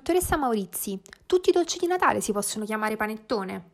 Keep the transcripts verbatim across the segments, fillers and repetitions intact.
Dottoressa Maurizi, tutti i dolci di Natale si possono chiamare panettone?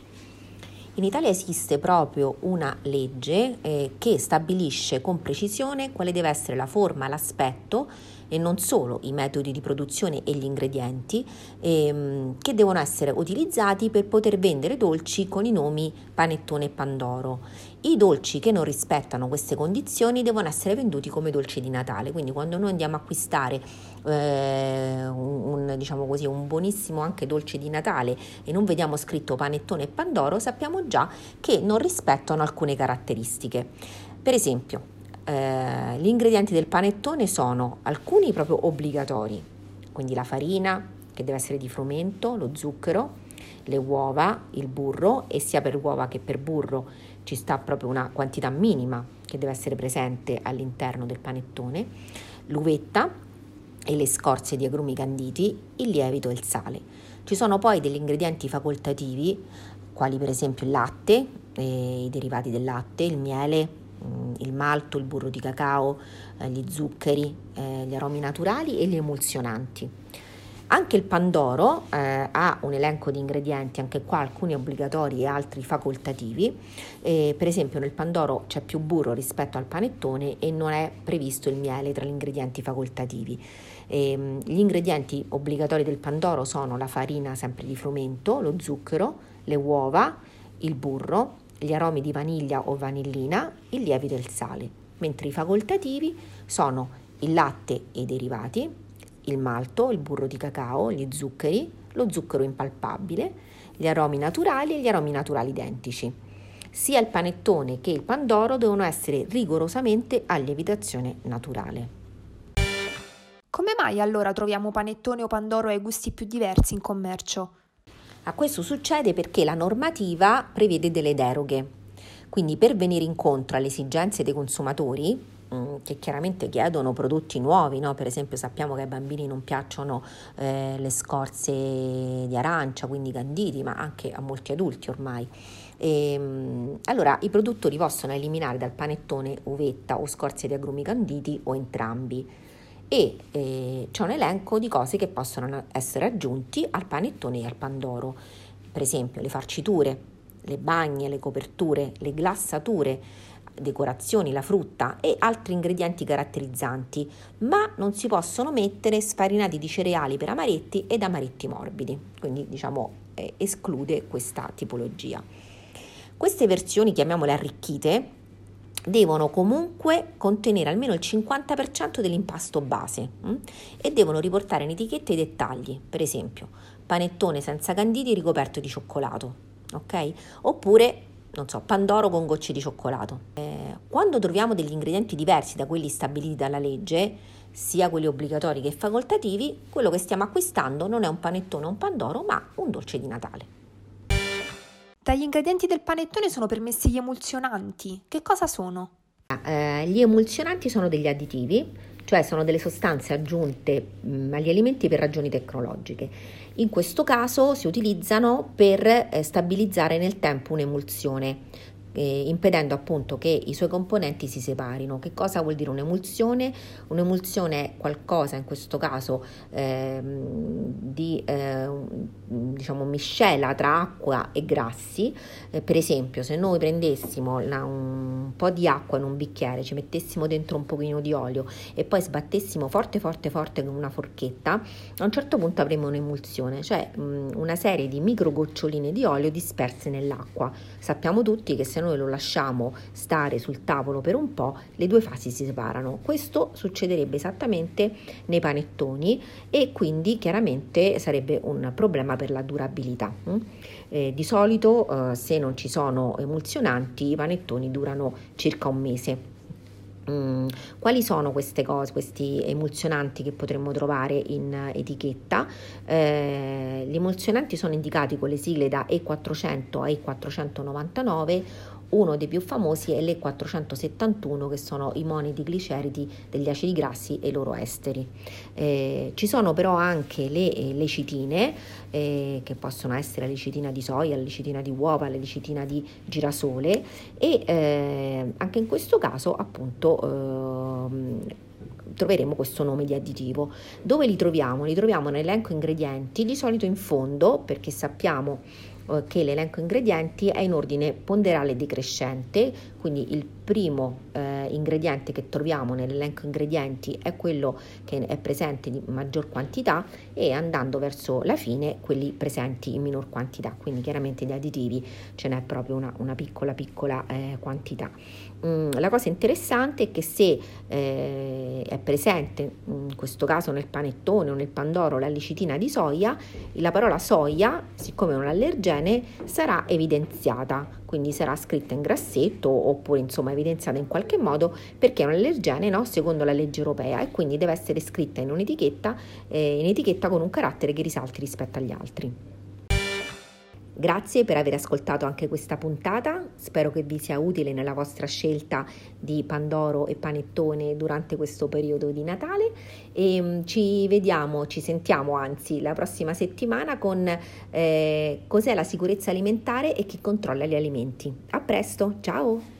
In Italia esiste proprio una legge eh, che stabilisce con precisione quale deve essere la forma, l'aspetto e non solo i metodi di produzione e gli ingredienti ehm, che devono essere utilizzati per poter vendere dolci con i nomi panettone e pandoro. I dolci che non rispettano queste condizioni devono essere venduti come dolci di Natale, quindi quando noi andiamo a acquistare eh, un, un, diciamo così, un buonissimo anche dolce di Natale e non vediamo scritto panettone e pandoro, sappiamo già che non rispettano alcune caratteristiche. Per esempio, eh, gli ingredienti del panettone sono alcuni proprio obbligatori, quindi la farina che deve essere di frumento, lo zucchero, le uova, il burro, e sia per uova che per burro ci sta proprio una quantità minima che deve essere presente all'interno del panettone, l'uvetta e le scorze di agrumi canditi, il lievito e il sale. Ci sono poi degli ingredienti facoltativi, quali per esempio il latte, eh, i derivati del latte, il miele, mh, il malto, il burro di cacao, eh, gli zuccheri, eh, gli aromi naturali e gli emulsionanti. Anche il pandoro eh, ha un elenco di ingredienti, anche qua alcuni obbligatori e altri facoltativi. Eh, per esempio nel pandoro c'è più burro rispetto al panettone e non è previsto il miele tra gli ingredienti facoltativi. Eh, gli ingredienti obbligatori del pandoro sono la farina sempre di frumento, lo zucchero, le uova, il burro, gli aromi di vaniglia o vanillina, il lievito e il sale, mentre i facoltativi sono il latte e i derivati, il malto, il burro di cacao, gli zuccheri, lo zucchero impalpabile, gli aromi naturali e gli aromi naturali identici. Sia il panettone che il pandoro devono essere rigorosamente a lievitazione naturale. Come mai allora troviamo panettone o pandoro ai gusti più diversi in commercio? A questo succede perché la normativa prevede delle deroghe. Quindi per venire incontro alle esigenze dei consumatori, che chiaramente chiedono prodotti nuovi, no? Per esempio sappiamo che ai bambini non piacciono eh, le scorze di arancia, quindi canditi, ma anche a molti adulti ormai. E, allora i produttori possono eliminare dal panettone uvetta o scorze di agrumi canditi o entrambi, e eh, c'è un elenco di cose che possono essere aggiunti al panettone e al pandoro, per esempio le farciture, le bagne, le coperture, le glassature, decorazioni, la frutta e altri ingredienti caratterizzanti, ma non si possono mettere sfarinati di cereali per amaretti ed amaretti morbidi, quindi diciamo eh, esclude questa tipologia. Queste versioni, chiamiamole arricchite, devono comunque contenere almeno il cinquanta per cento dell'impasto base hm? e devono riportare in etichetta i dettagli, per esempio panettone senza canditi ricoperto di cioccolato, ok? Oppure non so, pandoro con gocce di cioccolato. Eh, quando troviamo degli ingredienti diversi da quelli stabiliti dalla legge, sia quelli obbligatori che facoltativi, quello che stiamo acquistando non è un panettone o un pandoro, ma un dolce di Natale. Dagli ingredienti del panettone sono permessi gli emulsionanti. Che cosa sono? Eh, gli emulsionanti sono degli additivi, cioè sono delle sostanze aggiunte mh, agli alimenti per ragioni tecnologiche. In questo caso si utilizzano per eh, stabilizzare nel tempo un'emulsione, eh, impedendo appunto che i suoi componenti si separino. Che cosa vuol dire un'emulsione? Un'emulsione è qualcosa, in questo caso, eh, di eh, diciamo miscela tra acqua e grassi. Eh, per esempio, se noi prendessimo la, un po' di acqua in un bicchiere, ci mettessimo dentro un pochino di olio e poi sbattessimo forte forte forte con una forchetta, a un certo punto avremo un'emulsione, cioè mh, una serie di micro goccioline di olio disperse nell'acqua. Sappiamo tutti che se noi lo lasciamo stare sul tavolo per un po', le due fasi si separano. Questo succederebbe esattamente nei panettoni e quindi chiaramente sarebbe un problema per la durabilità. Eh, di solito eh, se non ci sono emulsionanti i panettoni durano circa un mese. Mm, quali sono queste cose, questi emulsionanti che potremmo trovare in etichetta? Eh, gli emulsionanti sono indicati con le sigle da E quattrocento a E quattrocentonovantanove. Uno dei più famosi è l'E quattrocentosettantuno, che sono i monodigliceridi degli acidi grassi e i loro esteri. Eh, ci sono però anche le eh, lecitine, eh, che possono essere la lecitina di soia, la lecitina di uova, la lecitina di girasole, e eh, anche in questo caso appunto eh, troveremo questo nome di additivo. Dove li troviamo? Li troviamo nell'elenco ingredienti, di solito in fondo, perché sappiamo eh, che l'elenco ingredienti è in ordine ponderale decrescente, quindi il primo eh, ingrediente che troviamo nell'elenco ingredienti è quello che è presente in maggior quantità, e andando verso la fine quelli presenti in minor quantità, quindi chiaramente di additivi ce n'è proprio una, una piccola piccola eh, quantità. Mm, la cosa interessante è che se eh, è presente in questo caso nel panettone o nel pandoro la lecitina di soia, la parola soia, siccome è un allergene, sarà evidenziata, quindi sarà scritta in grassetto oppure insomma evidenziata in qualche modo, perché è un allergene, no? Secondo la legge europea, e quindi deve essere scritta in un'etichetta, eh, in etichetta con un carattere che risalti rispetto agli altri. Grazie per aver ascoltato anche questa puntata, spero che vi sia utile nella vostra scelta di pandoro e panettone durante questo periodo di Natale, e ci vediamo, ci sentiamo anzi la prossima settimana con eh, cos'è la sicurezza alimentare e chi controlla gli alimenti. A presto, ciao!